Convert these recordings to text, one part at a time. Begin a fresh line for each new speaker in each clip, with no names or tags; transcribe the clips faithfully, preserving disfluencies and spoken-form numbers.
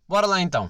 Bora lá então.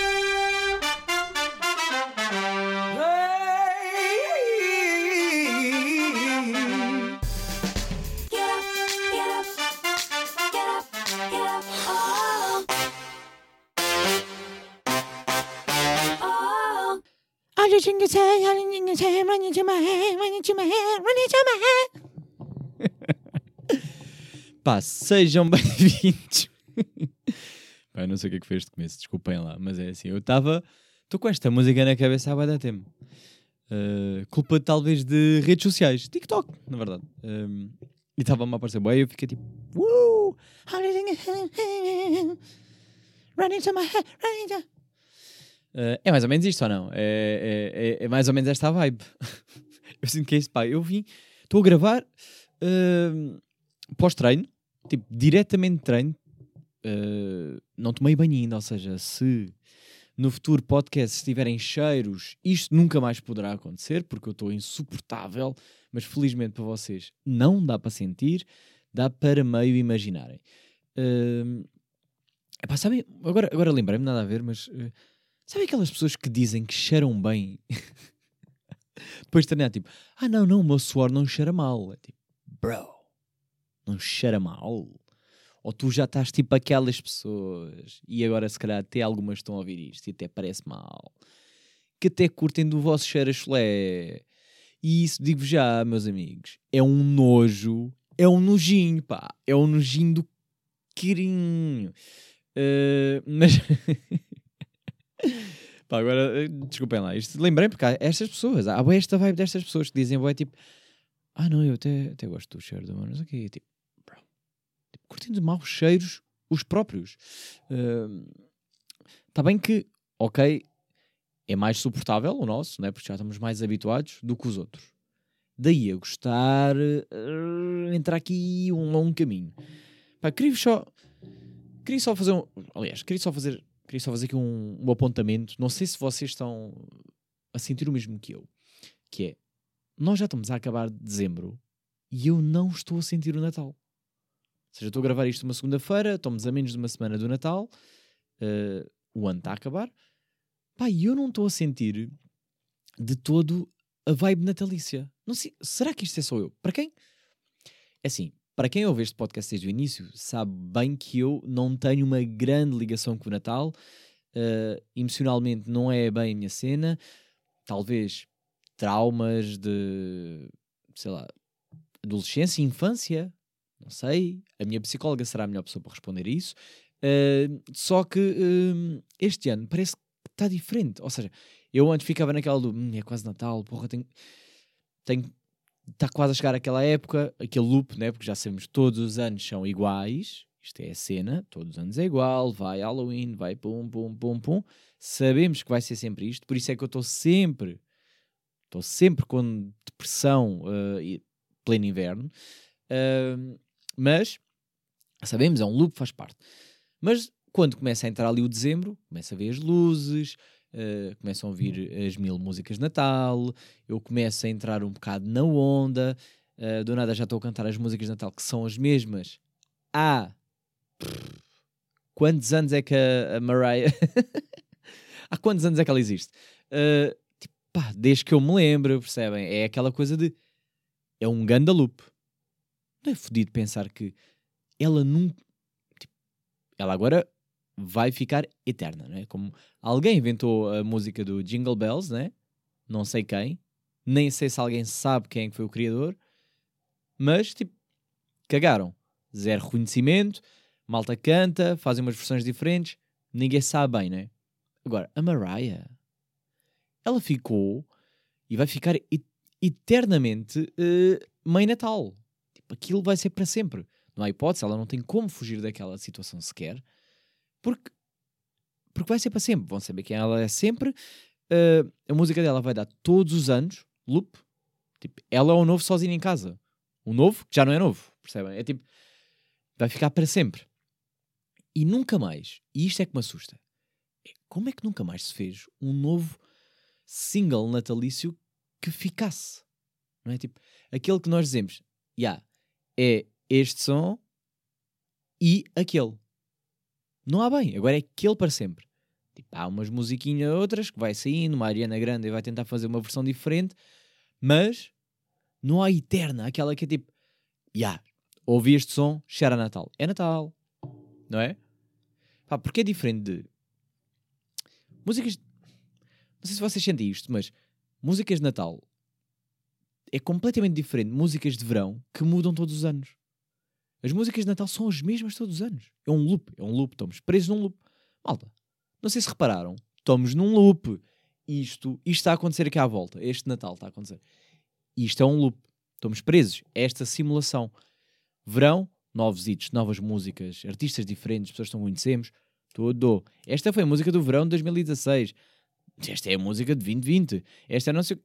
Pá, sejam bem-vindos. Pá, não sei o que é que fez de começo, desculpem lá, mas é assim, eu estava... Estou com esta música na cabeça há bué de tempo. Uh, culpa talvez de redes sociais, TikTok, na verdade. Um, e estava-me a aparecer bué e eu fiquei tipo... Uh, é mais ou menos isto ou não? É, é, é, é mais ou menos esta a vibe. Eu sinto que é isso, pá. Eu vim... Estou a gravar uh, pós-treino, tipo, diretamente de treino. Uh, não tomei banho ainda, ou seja, se no futuro podcast estiverem cheiros, isto nunca mais poderá acontecer, porque eu estou insuportável, mas felizmente para vocês não dá para sentir, dá para meio imaginarem. Uh, epá, sabem, agora, agora lembrei-me, nada a ver, mas uh, sabem aquelas pessoas que dizem que cheiram bem depois de treinar, tipo, ah não, não, o meu suor não cheira mal. É tipo, bro, não cheira mal? Ou tu já estás tipo aquelas pessoas, e agora se calhar até algumas estão a ouvir isto e até parece mal, que até curtem do vosso cheiro a chulé. E isso, digo já, meus amigos, é um nojo, é um nojinho, pá, é um nojinho do carinho. Uh, mas... pá, agora, desculpem lá, isto lembrei porque há estas pessoas, há esta vibe destas pessoas que dizem, tipo, ah não, eu até, até gosto do cheiro do mano, mas aqui, tipo, curtindo de maus cheiros os próprios. Está uh, bem que, ok, é mais suportável o nosso, né? Porque já estamos mais habituados do que os outros. Daí a gostar, uh, entrar aqui um longo caminho. Pá, queria só, queria só fazer um, aliás, queria só fazer, queria só fazer aqui um, um apontamento. Não sei se vocês estão a sentir o mesmo que eu, que é, nós já estamos a acabar de dezembro e eu não estou a sentir o Natal. Ou seja, estou a gravar isto uma segunda-feira, estamos a menos de uma semana do Natal, uh, o ano está a acabar, pá, e eu não estou a sentir de todo a vibe natalícia. Não sei, será que isto é só eu? Para quem? É assim, para quem ouve este podcast desde o início, sabe bem que eu não tenho uma grande ligação com o Natal, uh, emocionalmente não é bem a minha cena, talvez traumas de, sei lá, adolescência, infância, não sei, a minha psicóloga será a melhor pessoa para responder a isso. Uh, só que uh, este ano parece que está diferente. Ou seja, eu antes ficava naquela do hum, é quase Natal, porra, tenho, tenho, está quase a chegar aquela época, aquele loop, né? Porque já sabemos que todos os anos são iguais. Isto é a cena, todos os anos é igual, vai Halloween, vai pum, pum, pum, pum. Sabemos que vai ser sempre isto, por isso é que eu estou sempre, estou sempre com depressão uh, e pleno inverno. Uh, Mas, sabemos, é um loop, faz parte. Mas quando começa a entrar ali o dezembro, começa a ver as luzes, uh, começam a ouvir as mil músicas de Natal, eu começo a entrar um bocado na onda, uh, do nada já estou a cantar as músicas de Natal, que são as mesmas há... Quantos anos é que a, a Mariah... há quantos anos é que ela existe? Uh, tipo, pá, desde que eu me lembro, percebem? É aquela coisa de... É um ganda loop. Não é fodido pensar que ela nunca... Tipo, ela agora vai ficar eterna, não é? Como alguém inventou a música do Jingle Bells, né? Não sei quem. Nem sei se alguém sabe quem foi o criador. Mas, tipo, cagaram. Zero reconhecimento. Malta canta, fazem umas versões diferentes. Ninguém sabe bem, né? Agora, a Mariah, ela ficou e vai ficar eternamente uh, Mãe Natal. Aquilo vai ser para sempre. Não há hipótese, ela não tem como fugir daquela situação sequer, porque, porque vai ser para sempre. Vão saber quem ela é sempre. Uh, a música dela vai dar todos os anos, loop. Tipo, ela é o novo sozinho em casa. O novo, que já não é novo, percebem? É tipo, vai ficar para sempre. E nunca mais, e isto é que me assusta, é como é que nunca mais se fez um novo single natalício que ficasse? Não é? Tipo, aquele que nós dizemos, já, yeah, é este som e aquele. Não há bem, agora é aquele para sempre. Tipo, há umas musiquinhas outras que vai saindo, uma Ariana Grande vai tentar fazer uma versão diferente, mas não há eterna, aquela que é tipo, já, yeah, ouvi este som, cheira a Natal. É Natal, não é? Pá, porque é diferente de músicas, não sei se vocês sentem isto, mas músicas de Natal é completamente diferente de músicas de verão que mudam todos os anos. As músicas de Natal são as mesmas todos os anos. É um loop, é um loop, estamos presos num loop. Malta, não sei se repararam, estamos num loop. Isto, isto está a acontecer aqui à volta. Este Natal está a acontecer. Isto é um loop. Estamos presos. É esta simulação. Verão, novos hits, novas músicas, artistas diferentes, pessoas que não conhecemos. Tudo. Esta foi a música do verão de dois mil e dezasseis. Esta é a música de vinte vinte. Esta é a nossa...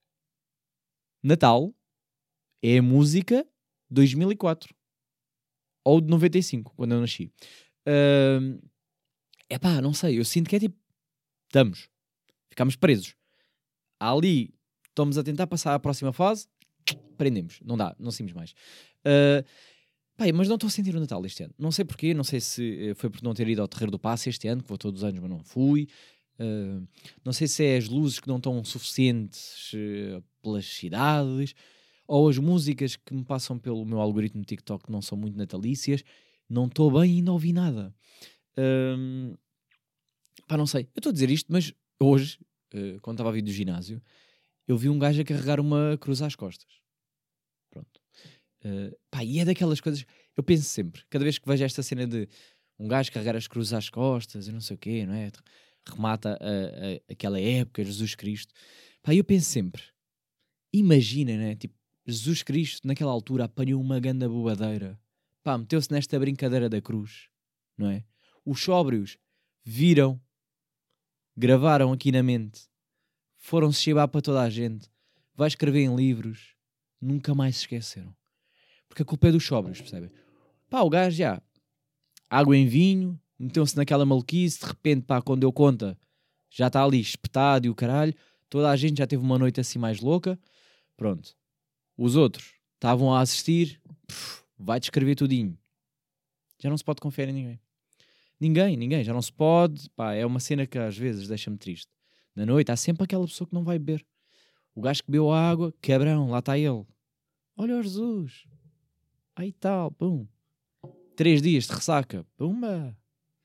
Natal é a música de dois mil e quatro. Ou de noventa e cinco, quando eu nasci. É uh, pá, não sei. Eu sinto que é tipo... Estamos. Ficamos presos. Ali, estamos a tentar passar à próxima fase. Prendemos. Não dá. Não saímos mais. Uh, pá, mas não estou a sentir o Natal este ano. Não sei porquê. Não sei se foi por não ter ido ao Terreiro do Paço este ano, que vou todos os anos, mas não fui. Uh, não sei se é as luzes que não estão suficientes uh, pelas cidades... ou as músicas que me passam pelo meu algoritmo de TikTok não são muito natalícias, não estou bem e não ouvi nada. Um, pá, não sei. Eu estou a dizer isto, mas hoje, uh, quando estava a vir do ginásio, eu vi um gajo a carregar uma cruz às costas. Pronto. Uh, pá, e é daquelas coisas... Eu penso sempre, cada vez que vejo esta cena de um gajo carregar as cruzes às costas, eu não sei o quê, não é? Remata a, a, aquela época, Jesus Cristo. Pá, eu penso sempre, imagina, né? Tipo, Jesus Cristo, naquela altura, apanhou uma ganda bobadeira. Pá, meteu-se nesta brincadeira da cruz, não é? Os sóbrios viram, gravaram aqui na mente, foram-se chibar para toda a gente, vai escrever em livros, nunca mais se esqueceram. Porque a culpa é dos sóbrios, percebem? Pá, o gajo já, água em vinho, meteu-se naquela maluquice, de repente, pá, quando deu conta, já está ali espetado e o caralho, toda a gente já teve uma noite assim mais louca, pronto. Os outros estavam a assistir, puf, vai descrever tudinho. Já não se pode confiar em ninguém. Ninguém, ninguém, já não se pode. Pá, é uma cena que às vezes deixa-me triste. Na noite há sempre aquela pessoa que não vai beber. O gajo que bebeu a água, quebrão, lá está ele. Olha o Jesus. Aí tal, pum. Três dias de ressaca, pumba.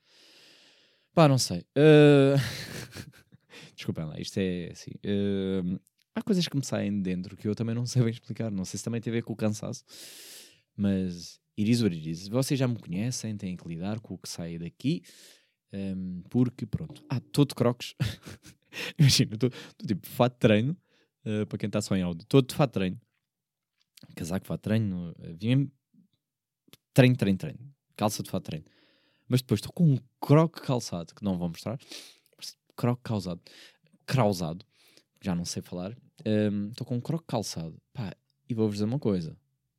Pá, não sei. Uh... Desculpem lá, isto é assim... Uh... Há coisas que me saem de dentro que eu também não sei bem explicar. Não sei se também tem a ver com o cansaço. Mas it is what it is. Vocês já me conhecem, têm que lidar com o que sai daqui. Um, porque, pronto. Ah, estou de crocs. Imagina, estou tipo de fato de treino. Uh, para quem está só em áudio. Estou de fato de treino. Casaco, fato de treino. Uh, vim treino, treino, treino. Calça de fato de treino. Mas depois estou com um croc calçado, que não vou mostrar. Croc calçado. Krausado. Já não sei falar. Estou um, com um croc calçado. Pá, e vou-vos dizer uma coisa.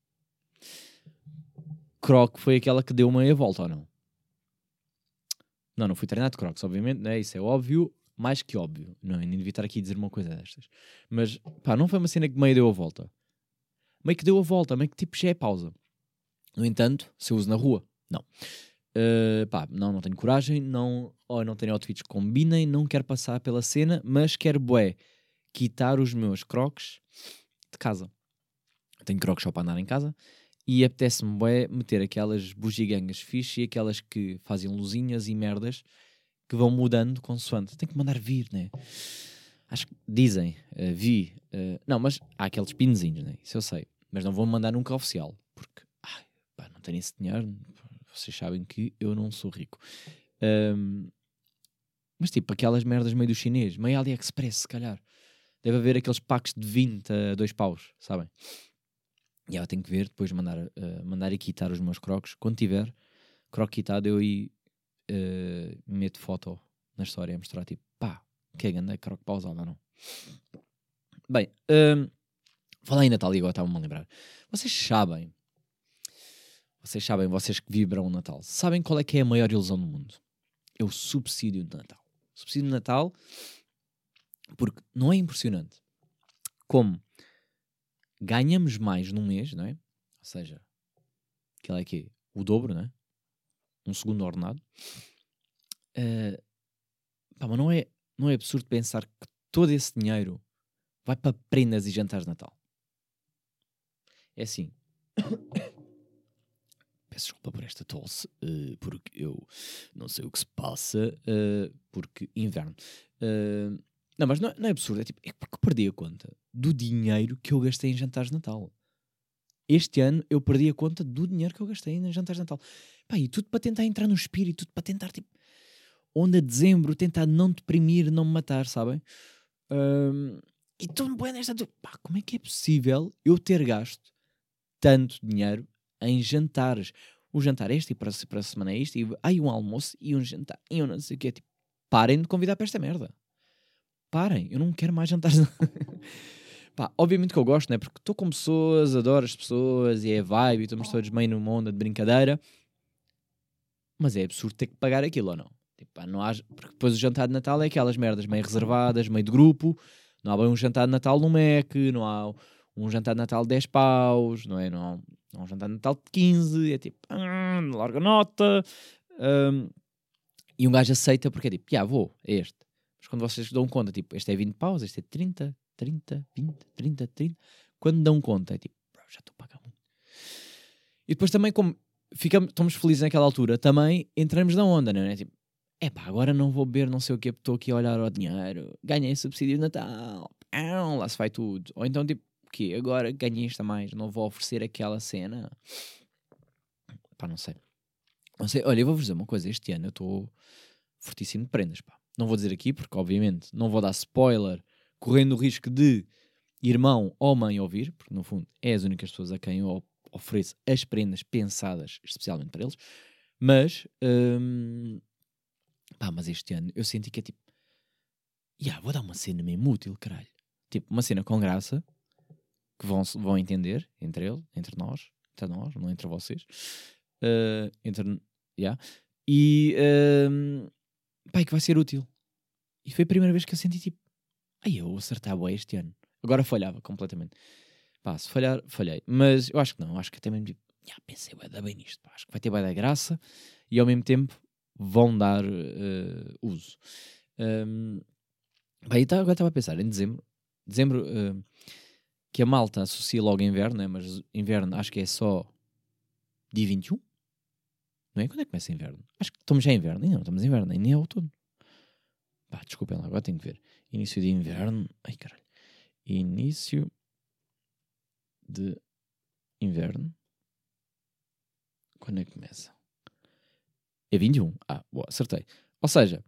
Croc foi aquela que deu meia volta, ou não? Não, não fui treinar de crocs, obviamente, né? Isso é óbvio, mais que óbvio. Não, nem devia estar aqui a dizer uma coisa destas. Mas, pá, não foi uma cena que meio deu a volta. Meio que deu a volta, meio que tipo já é pausa. No entanto, se eu uso na rua, não. Uh, pá, não, não tenho coragem, não, ou não tenho outfits que combinem, não quero passar pela cena, mas quero, bué, quitar os meus crocs de casa. Eu tenho crocs só para andar em casa e apetece-me bué meter aquelas bugigangas fixe e aquelas que fazem luzinhas e merdas que vão mudando consoante. Tem que mandar vir, né? Acho que dizem, uh, vi, uh, não, mas há aqueles pinzinhos, né? Isso eu sei, mas não vou mandar nunca oficial, porque ai, pá, não tenho esse dinheiro, vocês sabem que eu não sou rico. Um, mas tipo, aquelas merdas meio do chinês, meio AliExpress, se calhar. Deve haver aqueles packs de vinte a dois paus, sabem? E eu tenho que ver, depois mandar, uh, mandar e quitar os meus crocs. Quando tiver croc quitado, eu aí uh, meto foto na história a mostrar, tipo, pá, que é grande, croc pausado ou não. Bem, um, falar em Natal e agora estava-me a lembrar. Vocês sabem, vocês sabem, vocês que vibram o Natal, sabem qual é que é a maior ilusão do mundo? É o subsídio de Natal. O subsídio de Natal... Porque não é impressionante como ganhamos mais num mês, não é? Ou seja, aquilo é que o dobro, não é? Um segundo ordenado. Uh, Pá, mas não é, não é absurdo pensar que todo esse dinheiro vai para prendas e jantares de Natal? É assim. Peço desculpa por esta tosse, uh, porque eu não sei o que se passa, uh, porque inverno. Uh, não, mas não é, não é absurdo, é tipo, é porque perdi a conta do dinheiro que eu gastei em jantares de Natal. Este ano eu perdi a conta do dinheiro que eu gastei em jantares de Natal. Pá, e tudo para tentar entrar no espírito, tudo para tentar, tipo, onda de dezembro, tentar não deprimir, não me matar, sabem? Um, e estou bem nesta, pá, como é que é possível eu ter gasto tanto dinheiro em jantares? O jantar é este e para, para a semana é isto, e aí um almoço e um jantar, e eu não sei o que é, tipo, parem de convidar para esta merda. Parem, eu não quero mais jantares. Pá, obviamente que eu gosto, né? Porque estou com pessoas, adoro as pessoas e é vibe, e estamos todos meio numa onda de brincadeira. Mas é absurdo ter que pagar aquilo ou não? Tipo, pá, não há... Porque depois o jantar de Natal é aquelas merdas meio reservadas, meio de grupo. Não há bem um jantar de Natal no Mac, não há um jantar de Natal de dez paus, não é? Não há, não há um jantar de Natal de quinze, é tipo, hum, larga nota. Um, e um gajo aceita porque é tipo, já vou, é este. Mas quando vocês dão conta, tipo, este é vinte paus, este é trinta, trinta, vinte, trinta, trinta. Quando dão conta, é tipo, já estou a pagar muito. E depois também, como ficamos, estamos felizes naquela altura, também entramos na onda, não é? Tipo, é pá, agora não vou beber não sei o que, estou aqui a olhar ao dinheiro, ganhei subsídio de Natal, pão, lá se vai tudo. Ou então, tipo, o quê? Agora ganhei isto a mais, não vou oferecer aquela cena. Pá, não sei. Não sei. Olha, eu vou-vos dizer uma coisa, este ano eu estou fortíssimo de prendas, pá. Não vou dizer aqui, porque obviamente não vou dar spoiler, correndo o risco de irmão ou mãe ouvir, porque no fundo é as únicas pessoas a quem eu ofereço as prendas pensadas especialmente para eles. Mas, hum, pá, mas este ano eu senti que é tipo, yeah, vou dar uma cena mesmo útil, caralho. Tipo, uma cena com graça, que vão, vão entender entre ele, entre nós, entre nós, não entre vocês. Uh, entre, yeah. E, hum, pá, que vai ser útil. E foi a primeira vez que eu senti tipo, ai, eu acertava este ano. Agora falhava completamente. Pá, se falhar, falhei. Mas eu acho que não. Acho que até mesmo tipo, yeah, pensei, vai dar bem nisto. Pá. Acho que vai ter bem da graça e ao mesmo tempo vão dar uh, uso. Um, bem, tá, agora estava a pensar em dezembro. Dezembro, uh, que a malta associa logo inverno, né? Mas inverno acho que é só dia vinte e um. Não é? Quando é que começa inverno? Acho que estamos já em inverno. Ainda não estamos em inverno, nem é outono. Pá, desculpem lá, agora tenho que ver. Início de inverno. Ai, caralho. Início de inverno. Quando é que começa? É vinte e um. Ah, boa, acertei. Ou seja,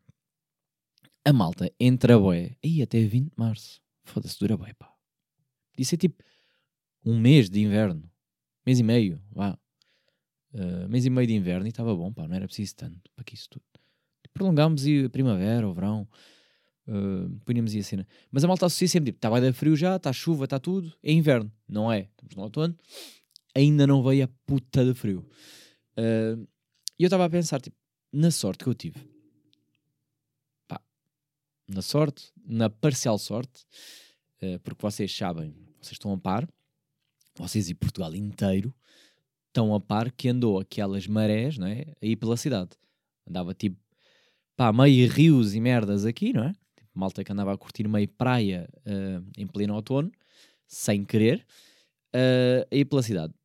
a malta entra bué. Ih, até vinte de março. Foda-se, dura bué, pá. Isso é tipo um mês de inverno. Mês e meio, vá. Uh, mês e meio de inverno e estava bom, pá. Não era preciso tanto para que isso tudo. Prolongámos a primavera, o verão. Uh, punhamos aí a cena. Mas a malta associa sempre, tipo, está bem de frio já, está chuva, está tudo. É inverno. Não é. Estamos no outono. Ainda não veio a puta de frio. E uh, eu estava a pensar, tipo, na sorte que eu tive. Pá, na sorte, na parcial sorte, uh, porque vocês sabem, vocês estão a par, vocês e Portugal inteiro estão a par que andou aquelas marés, não é? Aí pela cidade. Andava tipo, pá, meio rios e merdas aqui, não é? Tipo, malta que andava a curtir meio praia uh, em pleno outono, sem querer, uh, aí pela cidade.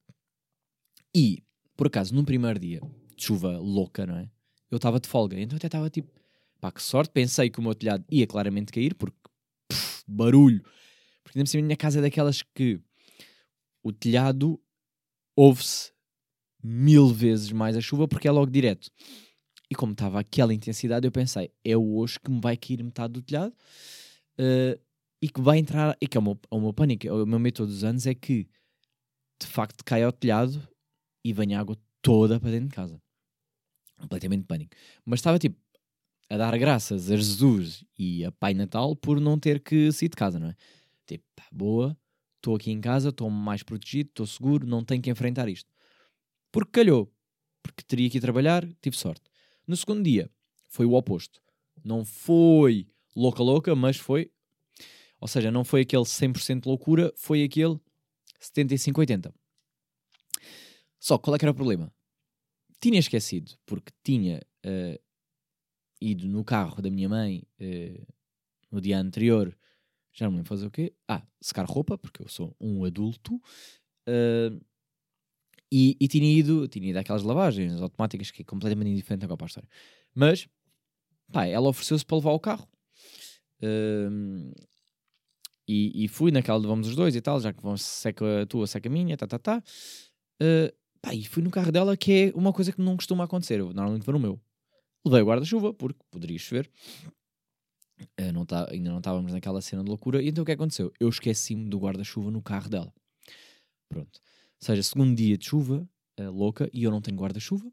E, por acaso, num primeiro dia de chuva louca, não é? Eu estava de folga, então até estava tipo, pá, que sorte, pensei que o meu telhado ia claramente cair, porque, pff, barulho. Porque, ainda por cima, a minha casa é daquelas que o telhado ouve-se mil vezes mais a chuva, porque é logo direto. E como estava aquela intensidade, eu pensei, é hoje que me vai cair metade do telhado, uh, e que vai entrar, e que é o meu, é o meu pânico, é o meu medo todos os anos, é que, de facto, caia ao telhado e venha água toda para dentro de casa. Completamente pânico. Mas estava tipo a dar graças a Jesus e a Pai Natal por não ter que sair de casa, não é? Tipo, pá, boa, estou aqui em casa, estou mais protegido, estou seguro, não tenho que enfrentar isto. Porque calhou. Porque teria que ir trabalhar, tive sorte. No segundo dia, foi o oposto. Não foi louca louca, mas foi... Ou seja, não foi aquele cem por cento loucura, foi aquele setenta e cinco, oitenta. Só, qual é que era o problema? Tinha esquecido, porque tinha uh, ido no carro da minha mãe uh, no dia anterior, já não me lembro fazer o quê? Ah, secar roupa, porque eu sou um adulto. Uh, e, e tinha ido, tinha ido àquelas lavagens automáticas, que é completamente indiferente agora para a história. Mas, pá, ela ofereceu-se para levar o carro. Uh, e, e fui naquela de vamos os dois e tal, já que vamos seca a tua, seca a minha, tá, tá, tá. Uh, pá, e fui no carro dela, que é uma coisa que não costuma acontecer. Eu normalmente vou no meu. Levei o guarda-chuva, porque poderia chover. Uh, não tá, ainda não estávamos naquela cena de loucura. E então o que aconteceu? Eu esqueci-me do guarda-chuva no carro dela. Pronto. Ou seja, segundo dia de chuva, uh, louca, e eu não tenho guarda-chuva.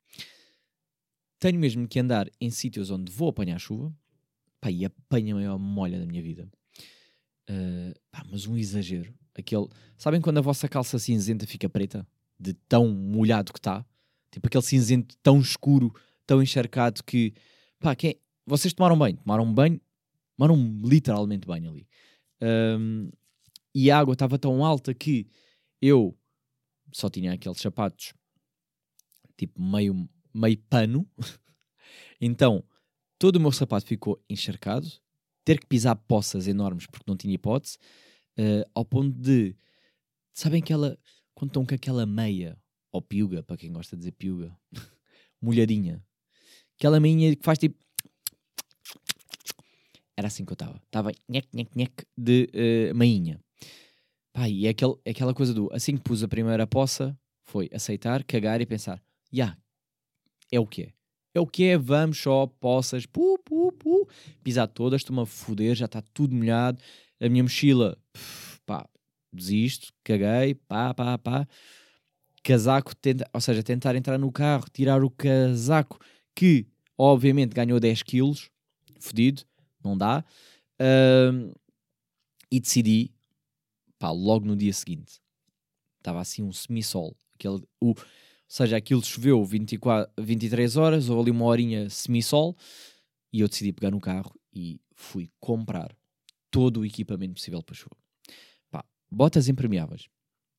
Tenho mesmo que andar em sítios onde vou apanhar chuva. Pá, e apanho a maior molha da minha vida. Uh, pá, mas um exagero. Aquele... Sabem quando a vossa calça cinzenta fica preta? De tão molhado que está? Tipo aquele cinzento tão escuro, tão encharcado que... Pá, quem... Vocês tomaram banho? Tomaram banho? Tomaram literalmente banho ali. Um, e a água estava tão alta que eu só tinha aqueles sapatos tipo meio, meio pano. Então, todo o meu sapato ficou encharcado. Ter que pisar poças enormes porque não tinha hipótese. Uh, ao ponto de... Sabem aquela... Quando estão com aquela meia, ou piuga, para quem gosta de dizer piuga, molhadinha. Aquela meinha que faz tipo... Era assim que eu estava. Estava nhec, nhec, nhec de uh, meinha. Pá, e é, aquele, é aquela coisa do... Assim que pus a primeira poça, foi aceitar, cagar e pensar, já, yeah, é o que é. É o que é, vamos só, poças, pu, pu, pu, pisar todas, estou-me a foder, já está tudo molhado. A minha mochila, pff, pá, desisto, caguei, pá, pá, pá. Casaco, tenta, ou seja, tentar entrar no carro, tirar o casaco, que obviamente ganhou dez quilos, fodido, não dá. Um, e decidi, pá, logo no dia seguinte, estava assim um semi-sol, aquele, o, ou seja, aquilo choveu vinte e quatro, vinte e três horas, ou ali uma horinha semi-sol, e eu decidi pegar no carro e fui comprar todo o equipamento possível para chuva. Pá, botas impermeáveis,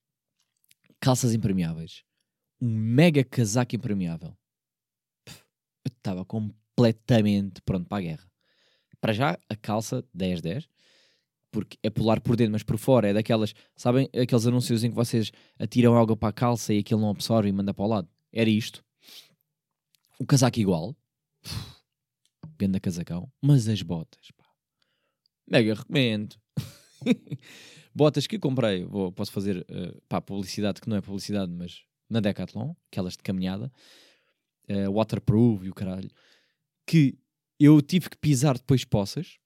calças impermeáveis, um mega casaco impermeável. Pff, eu estava completamente pronto para a guerra. Para já, a calça dez dez, porque é polar por dentro, mas por fora é daquelas, sabem, aqueles anúncios em que vocês atiram água para a calça e aquilo não absorve e manda para o lado. Era isto. O casaco igual. Venda casacão. Mas as botas, pá. Mega recomendo. Botas que comprei, vou, posso fazer uh, pá, publicidade, que não é publicidade, mas na Decathlon, aquelas de caminhada, uh, waterproof e o caralho, que eu tive que pisar depois poças,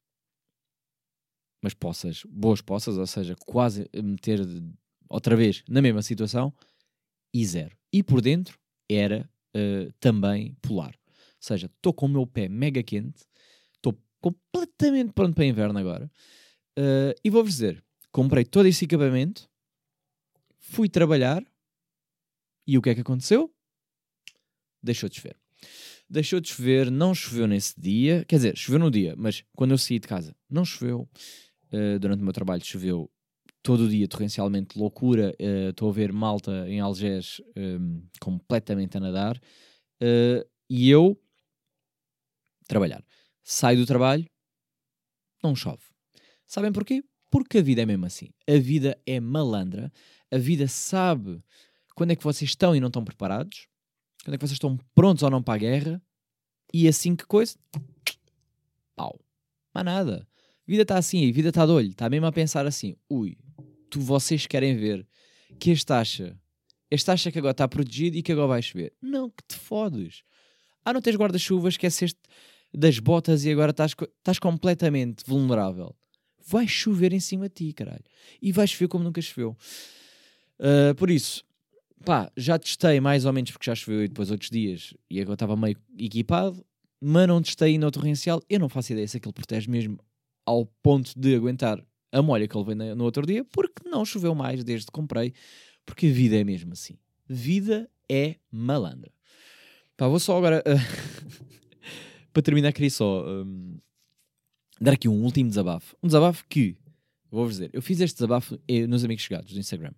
mas poças, boas poças, ou seja, quase meter outra vez na mesma situação, e zero. E por dentro era uh, também polar. Ou seja, estou com o meu pé mega quente, estou completamente pronto para inverno agora, uh, e vou-vos dizer, comprei todo esse equipamento, fui trabalhar, e o que é que aconteceu? Deixou de chover. Deixou de chover, não choveu nesse dia, quer dizer, choveu no dia, mas quando eu saí de casa, não choveu. Uh, durante o meu trabalho choveu todo o dia, torrencialmente, loucura. Estou uh, a ver malta em Algés um, completamente a nadar. Uh, e eu, trabalhar. Saio do trabalho, não chove. Sabem porquê? Porque a vida é mesmo assim. A vida é malandra. A vida sabe quando é que vocês estão e não estão preparados. Quando é que vocês estão prontos ou não para a guerra. E assim que coisa... Pau. Mas nada. A vida está assim, a vida está de olho. Está mesmo a pensar assim. Ui, tu, vocês querem ver que este acha... Este acha que agora está protegido e que agora vai chover. Não, que te fodes. Ah, não tens guarda-chuva, esqueceste das botas e agora estás, estás completamente vulnerável. Vai chover em cima de ti, caralho. E vai chover como nunca choveu. Uh, por isso, pá, já testei mais ou menos, porque já choveu e depois outros dias, e agora estava meio equipado, mas não testei ainda o torrencial. Eu não faço ideia se aquilo protege mesmo ao ponto de aguentar a molha que eu levei no outro dia, porque não choveu mais desde que comprei, porque a vida é mesmo assim. Vida é malandra. Pá, vou só agora... Uh, para terminar, queria só... Um, dar aqui um último desabafo. Um desabafo que, vou-vos dizer, eu fiz este desabafo nos Amigos Chegados do Instagram.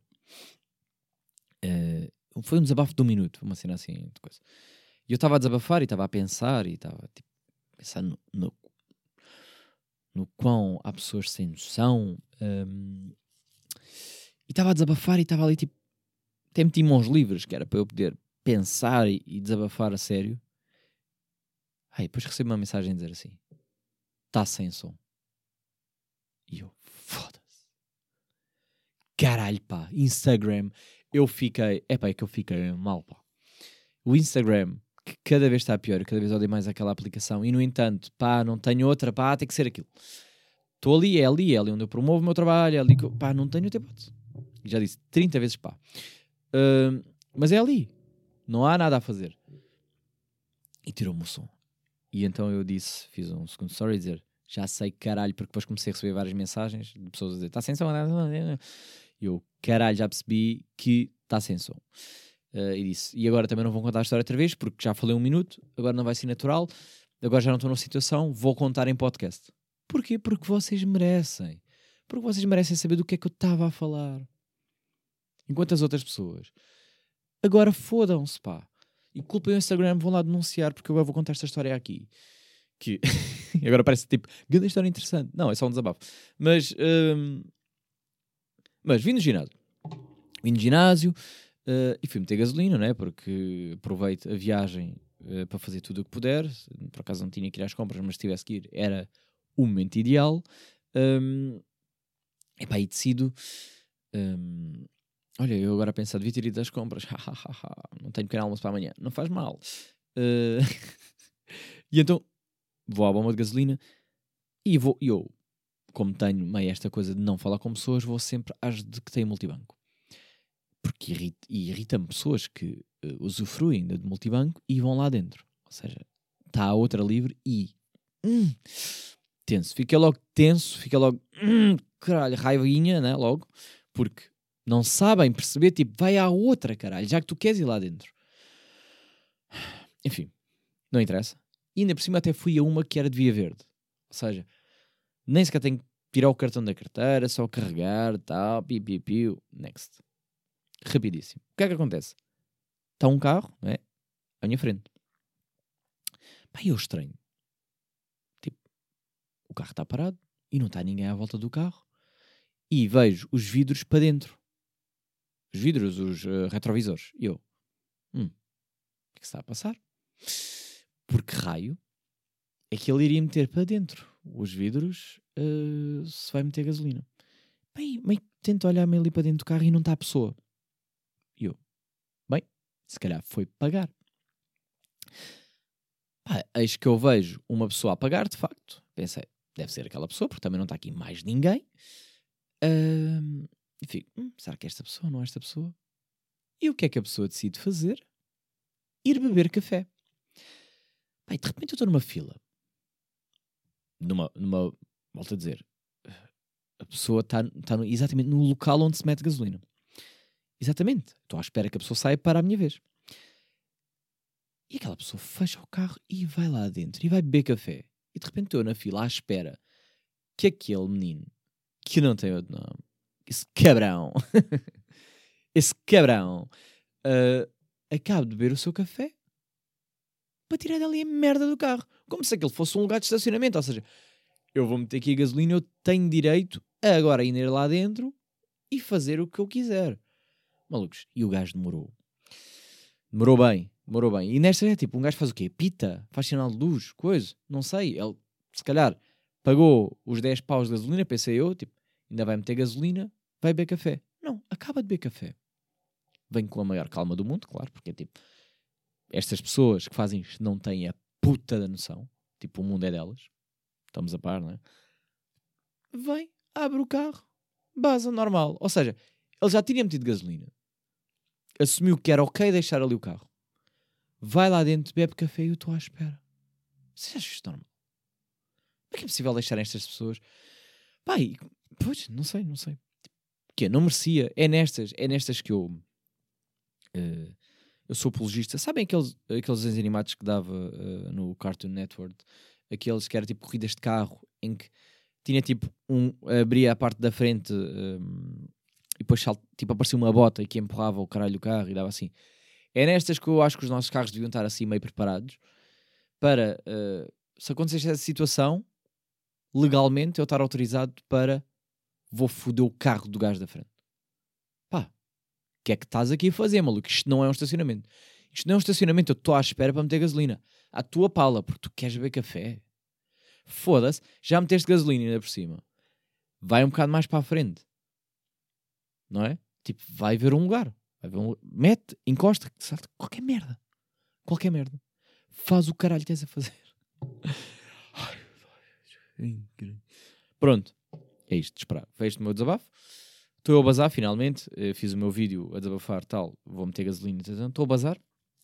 Uh, foi um desabafo de um minuto, uma cena assim de coisa. E eu estava a desabafar e estava a pensar e estava tipo, pensar no, no, no quão há pessoas sem noção. Um, e estava a desabafar e estava ali tipo, até meti mãos livres, que era para eu poder pensar e, e desabafar a sério. Aí depois recebo uma mensagem a dizer assim: está sem som. E eu, foda-se. Caralho, pá, Instagram. Eu fiquei, é pá, é que eu fiquei mal, pá. O Instagram, que cada vez está pior, cada vez odeio mais aquela aplicação, e no entanto, pá, não tenho outra, pá, tem que ser aquilo. Estou ali, é ali, é ali onde eu promovo o meu trabalho, é ali que eu, pá, não tenho outra hipótese. Já disse trinta vezes pá. Uh, mas é ali. Não há nada a fazer. E tirou-me o som. E então eu disse, fiz um segundo story a dizer, já sei caralho, porque depois comecei a receber várias mensagens de pessoas a dizer, está sem som. E eu, caralho, já percebi que está sem som. Uh, e disse, e agora também não vou contar a história outra vez, porque já falei um minuto, agora não vai ser natural, agora já não estou numa situação, vou contar em podcast. Porquê? Porque vocês merecem. Porque vocês merecem saber do que é que eu estava a falar. Enquanto as outras pessoas agora fodam-se, pá. E culpem o Instagram, vão lá denunciar, porque eu agora vou contar esta história aqui. Que agora parece tipo, grande história interessante. Não, é só um desabafo. Mas, hum... mas vim no ginásio. Vim no ginásio uh, e fui meter gasolina, né? Porque aproveito a viagem uh, para fazer tudo o que puder. Por acaso não tinha que ir às compras, mas se tivesse que ir, era o momento ideal. Um... Epá, e decido... Um... Olha, eu agora a pensar, devia ter ido às compras. Não tenho pequeno almoço para amanhã. Não faz mal. Uh... e então, vou à bomba de gasolina e vou, eu, como tenho meio esta coisa de não falar com pessoas, vou sempre às de que têm multibanco. Porque irrita, irrita-me pessoas que uh, usufruem de multibanco e vão lá dentro. Ou seja, está a outra livre e... Hum, tenso. Fica logo tenso, fica logo... Hum, caralho, raivinha, né? Logo. Porque... não sabem perceber, tipo, vai à outra, caralho, já que tu queres ir lá dentro. Enfim, não interessa. E ainda por cima até fui a uma que era de via verde. Ou seja, nem sequer tenho que tirar o cartão da carteira, só carregar, tal, piu, piu, piu, next. Rapidíssimo. O que é que acontece? Está um carro, não é? À minha frente. Pá, eu estranho. Tipo, o carro está parado e não está ninguém à volta do carro. E vejo os vidros para dentro. Os vidros, os uh, retrovisores. E eu, hum, o que é que está a passar? Porque raio é que ele iria meter para dentro os vidros uh, se vai meter gasolina. Bem, meio que tento olhar-me ali para dentro do carro e não está a pessoa. E eu, bem, se calhar foi pagar. Pá, eis que eu vejo uma pessoa a pagar, de facto. Pensei, deve ser aquela pessoa, porque também não está aqui mais ninguém. Uh, e fico, hum, será que é esta pessoa, não é esta pessoa? E o que é que a pessoa decide fazer? Ir beber café. Pai, de repente eu estou numa fila. Numa, numa, volto a dizer, a pessoa está tá exatamente no local onde se mete gasolina. Exatamente. Estou à espera que a pessoa saia para a minha vez. E aquela pessoa fecha o carro e vai lá dentro e vai beber café. E de repente estou na fila à espera que aquele menino, que não tem outro nome, esse cabrão, esse cabrão, uh, acabe de beber o seu café para tirar dali a merda do carro. Como se aquele fosse um lugar de estacionamento. Ou seja, eu vou meter aqui a gasolina, eu tenho direito a agora ir lá dentro e fazer o que eu quiser. Malucos. E o gajo demorou. Demorou bem. Demorou bem. E nesta é tipo, um gajo faz o quê? Pita? Faz sinal de luz? Coisa? Não sei. Ele, se calhar, pagou os dez paus de gasolina, pensei eu, tipo, ainda vai meter gasolina, vai beber café. Não, acaba de beber café. Vem com a maior calma do mundo, claro, porque é tipo, estas pessoas que fazem isto não têm a puta da noção. Tipo, o mundo é delas. Estamos a par, não é? Vem, abre o carro, baza normal. Ou seja, ele já tinha metido gasolina. Assumiu que era ok deixar ali o carro. Vai lá dentro, bebe café e eu estou à espera. Você acha isto normal? Como é que é possível deixarem estas pessoas? Pai, pois, não sei, não sei. Que não merecia. É nestas, é nestas que eu... Uh, eu sou apologista. Sabem aqueles, aqueles desenhos animados que dava uh, no Cartoon Network? Aqueles que eram tipo corridas de carro, em que tinha tipo um... abria a parte da frente um, e depois tipo, aparecia uma bota e que empurrava o caralho do carro e dava assim. É nestas que eu acho que os nossos carros deviam estar assim meio preparados para... Uh, se acontecesse essa situação, legalmente eu estar autorizado para vou foder o carro do gajo da frente. Pá, o que é que estás aqui a fazer, maluco? Isto não é um estacionamento. Isto não é um estacionamento, eu estou à espera para meter gasolina. À tua pala, porque tu queres beber café. Foda-se, já meteste gasolina ainda por cima. Vai um bocado mais para a frente. Não é? Tipo, vai ver um lugar. Vai ver um... Mete, encosta, salta, qualquer merda. Qualquer merda. Faz o caralho que tens a fazer. Pronto. É isto, esperar. Vejo o meu desabafo. Estou a bazar, finalmente. Eu fiz o meu vídeo a desabafar, tal. Vou meter gasolina. Estou a bazar.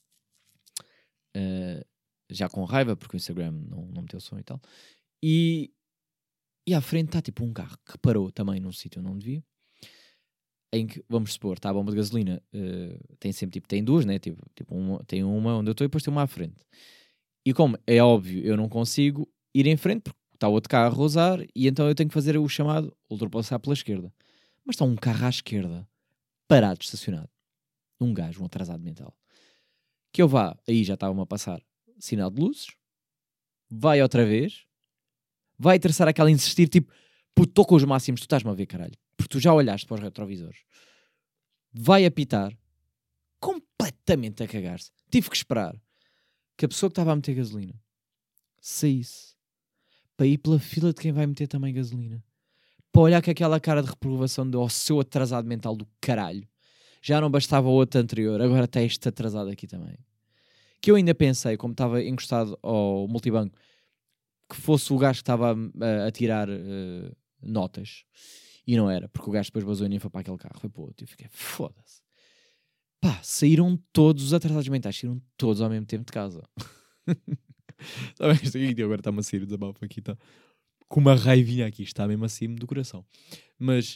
Uh, já com raiva, porque o Instagram não, não meteu som e tal. E, e à frente está tipo um carro que parou também num sítio onde não devia. Em que, vamos supor, está a bomba de gasolina. Uh, tem sempre, tipo, tem duas, né? Tipo, tipo uma, tem uma onde eu estou e depois tem uma à frente. E como é óbvio, eu não consigo ir em frente porque está outro carro a usar e então eu tenho que fazer o chamado ultrapassar pela esquerda. Mas está um carro à esquerda, parado, estacionado. Um gajo, um atrasado mental. Que eu vá, aí já estava-me a passar sinal de luzes, vai outra vez, vai traçar aquela insistir, tipo, puto, estou com os máximos, tu estás-me a ver, caralho. Porque tu já olhaste para os retrovisores. Vai apitar, completamente a cagar-se. Tive que esperar que a pessoa que estava a meter gasolina saísse para ir pela fila de quem vai meter também gasolina. Para olhar com aquela cara de reprovação do seu atrasado mental do caralho. Já não bastava o outro anterior, agora está este atrasado aqui também. Que eu ainda pensei, como estava encostado ao multibanco, que fosse o gajo que estava a, a tirar uh, notas. E não era, porque o gajo depois basou e nem foi para aquele carro, foi para o outro. E eu fiquei, foda-se. Pá, saíram todos os atrasados mentais, saíram todos ao mesmo tempo de casa. Sabe, isto aqui agora está-me a sair o desabafo aqui, está com uma raivinha aqui, está mesmo acima do coração. Mas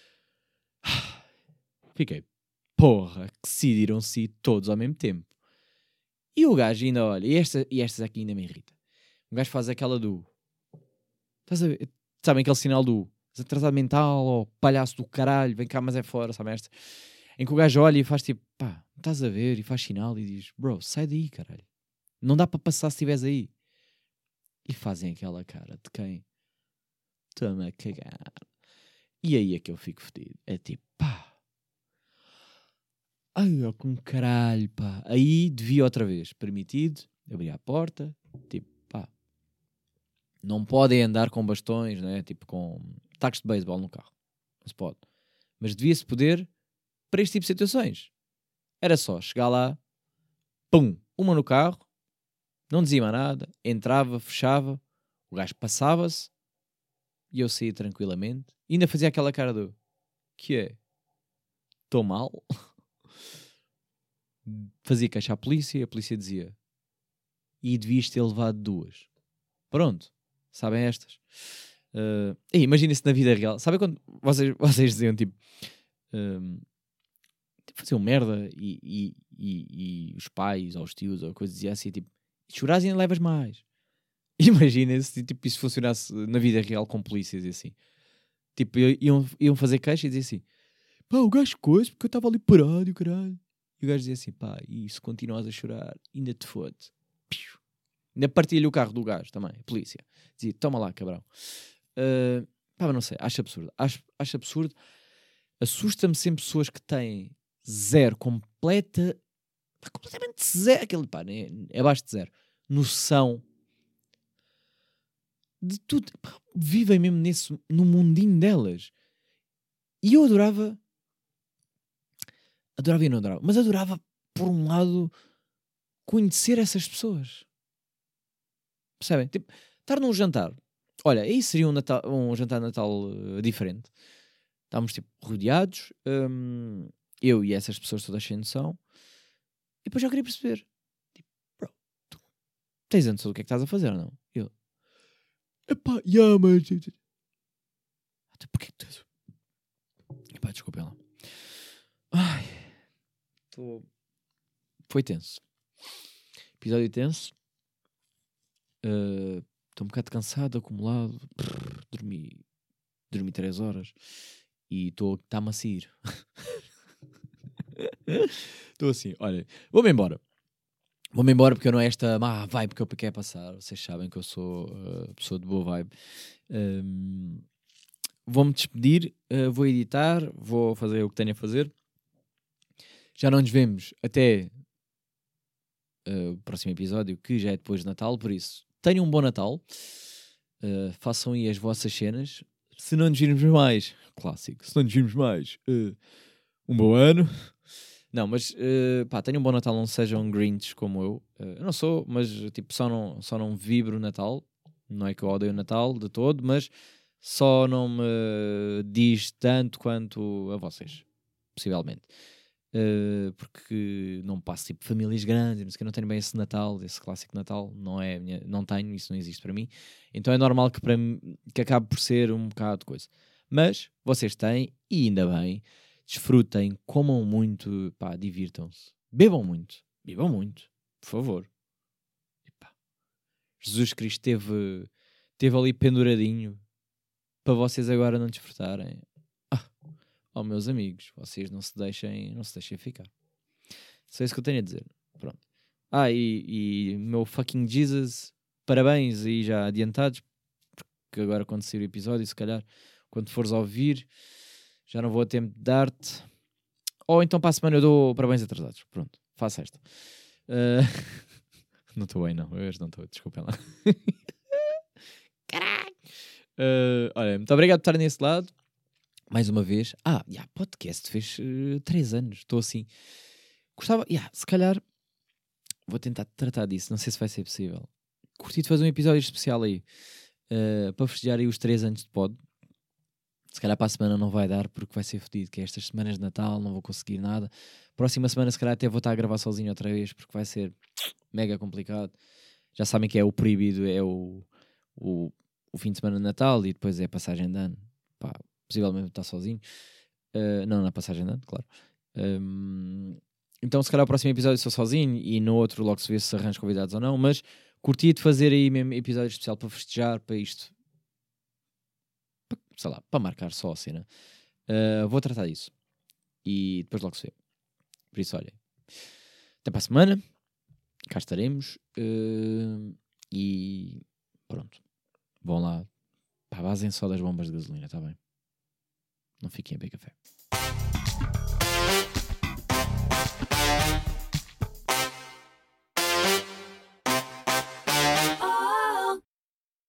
fiquei, porra, que decidiram-se todos ao mesmo tempo. E o gajo ainda olha, e, esta, e estas aqui ainda me irrita. O gajo faz aquela do, estás a ver? Sabem aquele sinal do atrasado mental ou palhaço do caralho, vem cá, mas é fora, sabe esta? Em que o gajo olha e faz tipo, pá, estás a ver? E faz sinal e diz, bro, sai daí, caralho. Não dá para passar se estiveres aí. E fazem aquela cara de quem? Toma a cagar. E aí é que eu fico fedido. É tipo, pá. Ai, ó, com caralho, pá. Aí devia outra vez. Permitido. Abrir a porta. Tipo, pá. Não podem andar com bastões, né? Tipo, com tacos de beisebol no carro. Não se pode. Mas devia-se poder para este tipo de situações. Era só chegar lá. Pum. Uma no carro. Não dizia mais nada. Entrava, fechava. O gajo passava-se. E eu saía tranquilamente. E ainda fazia aquela cara do... Que é? Estou mal? Fazia queixa à polícia e a polícia dizia... E devias ter levado duas. Pronto. Sabem estas? Uh, Imaginem-se na vida real. Sabem quando vocês, vocês diziam tipo... Um, faziam merda e, e, e, e os pais ou os tios ou coisas diziam assim tipo... Choras e ainda levas mais. Imaginem-se tipo, isso funcionasse na vida real com polícias e assim. Tipo, iam, iam fazer queixa e diziam assim... Pá, o gajo coisa porque eu estava ali parado e o caralho. E o gajo dizia assim, pá, e se continuas a chorar, ainda te fode. Ainda partilha o carro do gajo também, a polícia. Dizia, toma lá, cabrão. Uh, pá, mas não sei, acho absurdo. Acho, acho absurdo. Assusta-me sempre pessoas que têm zero, completa, completamente zero, aquele, pá, é, é abaixo de zero. Noção de tudo. Pá, vivem mesmo nesse, no mundinho delas. E eu adorava... Adorava e não adorava. Mas adorava, por um lado, conhecer essas pessoas. Percebem? Tipo, estar num jantar. Olha, aí seria um, Natal, um jantar de Natal uh, diferente. Estávamos, tipo, rodeados. Um, eu e essas pessoas todas sem noção. E depois já queria perceber. Tipo, bro, tu tens a noção do que é que estás a fazer ou não? Eu, epá, yeah, mas... Até porque tu tens... Epá, desculpem lá. Ai... Tô... Foi tenso. Episódio tenso. Estou uh, um bocado cansado, acumulado. Prrr, dormi dormi três horas e estou está-me a sair. Estou assim, olha, vou-me embora. Vou-me embora porque eu não é esta má vibe que eu quero passar. Vocês sabem que eu sou uh, pessoa de boa vibe. Um, Vou-me despedir, uh, vou editar, vou fazer o que tenho a fazer. Já não nos vemos até uh, o próximo episódio, que já é depois de Natal, por isso tenham um bom Natal. Uh, façam aí as vossas cenas. Se não nos virmos mais, clássico, se não nos virmos mais, uh, um bom ano. Não, mas uh, pá, tenham um bom Natal, não sejam grinch como eu. Uh, eu não sou, mas tipo, só não, só não vibro o Natal. Não é que eu odeio o Natal de todo, mas só não me diz tanto quanto a vocês, possivelmente. Uh, porque não passo tipo famílias grandes, não sei que, não tenho bem esse Natal, esse clássico Natal, não é minha, não tenho, isso não existe para mim. Então é normal que, para mim, que acabe por ser um bocado de coisa. Mas vocês têm, e ainda bem, desfrutem, comam muito, pá, divirtam-se, bebam muito, bebam muito, por favor. E pá, Jesus Cristo teve, teve ali penduradinho para vocês agora não desfrutarem. Ah, oh, meus amigos, vocês não se deixem, não se deixem ficar. Só isso que eu tenho a dizer. Pronto. Ah, e, e meu fucking Jesus, parabéns aí já adiantados, porque agora quando sair o episódio, se calhar, quando fores a ouvir, já não vou a tempo de dar-te. Ou então para a semana eu dou parabéns atrasados. Pronto, faço esta. Uh... não estou bem, não. Eu hoje não estou, desculpem lá. Caralho! Uh, olha, muito obrigado por estarem nesse lado. Mais uma vez. Ah, yeah, podcast fez uh, três anos. Estou assim. Gostava, yeah, se calhar, vou tentar tratar disso. Não sei se vai ser possível. Curti de fazer um episódio especial aí. Uh, para festejar aí os três anos de pod. Se calhar para a semana não vai dar porque vai ser fodido, que é estas semanas de Natal, não vou conseguir nada. Próxima semana se calhar até vou estar a gravar sozinho outra vez porque vai ser mega complicado. Já sabem que é o proibido, é o, o, o fim de semana de Natal e depois é a passagem de ano. Pá, possivelmente estar sozinho. Uh, não, na passagem de ano, claro. Um, então se calhar o próximo episódio sou sozinho e no outro logo se vê se arranjo convidados ou não, mas curti de fazer aí mesmo episódio especial para festejar, para isto, sei lá, para marcar só a cena. Uh, vou tratar disso. E depois logo se vê. Por isso, olhem. Até para a semana. Cá estaremos. Uh, e pronto. Vão lá. Pá, basem só das bombas de gasolina, está bem? Não fiquem a beber café.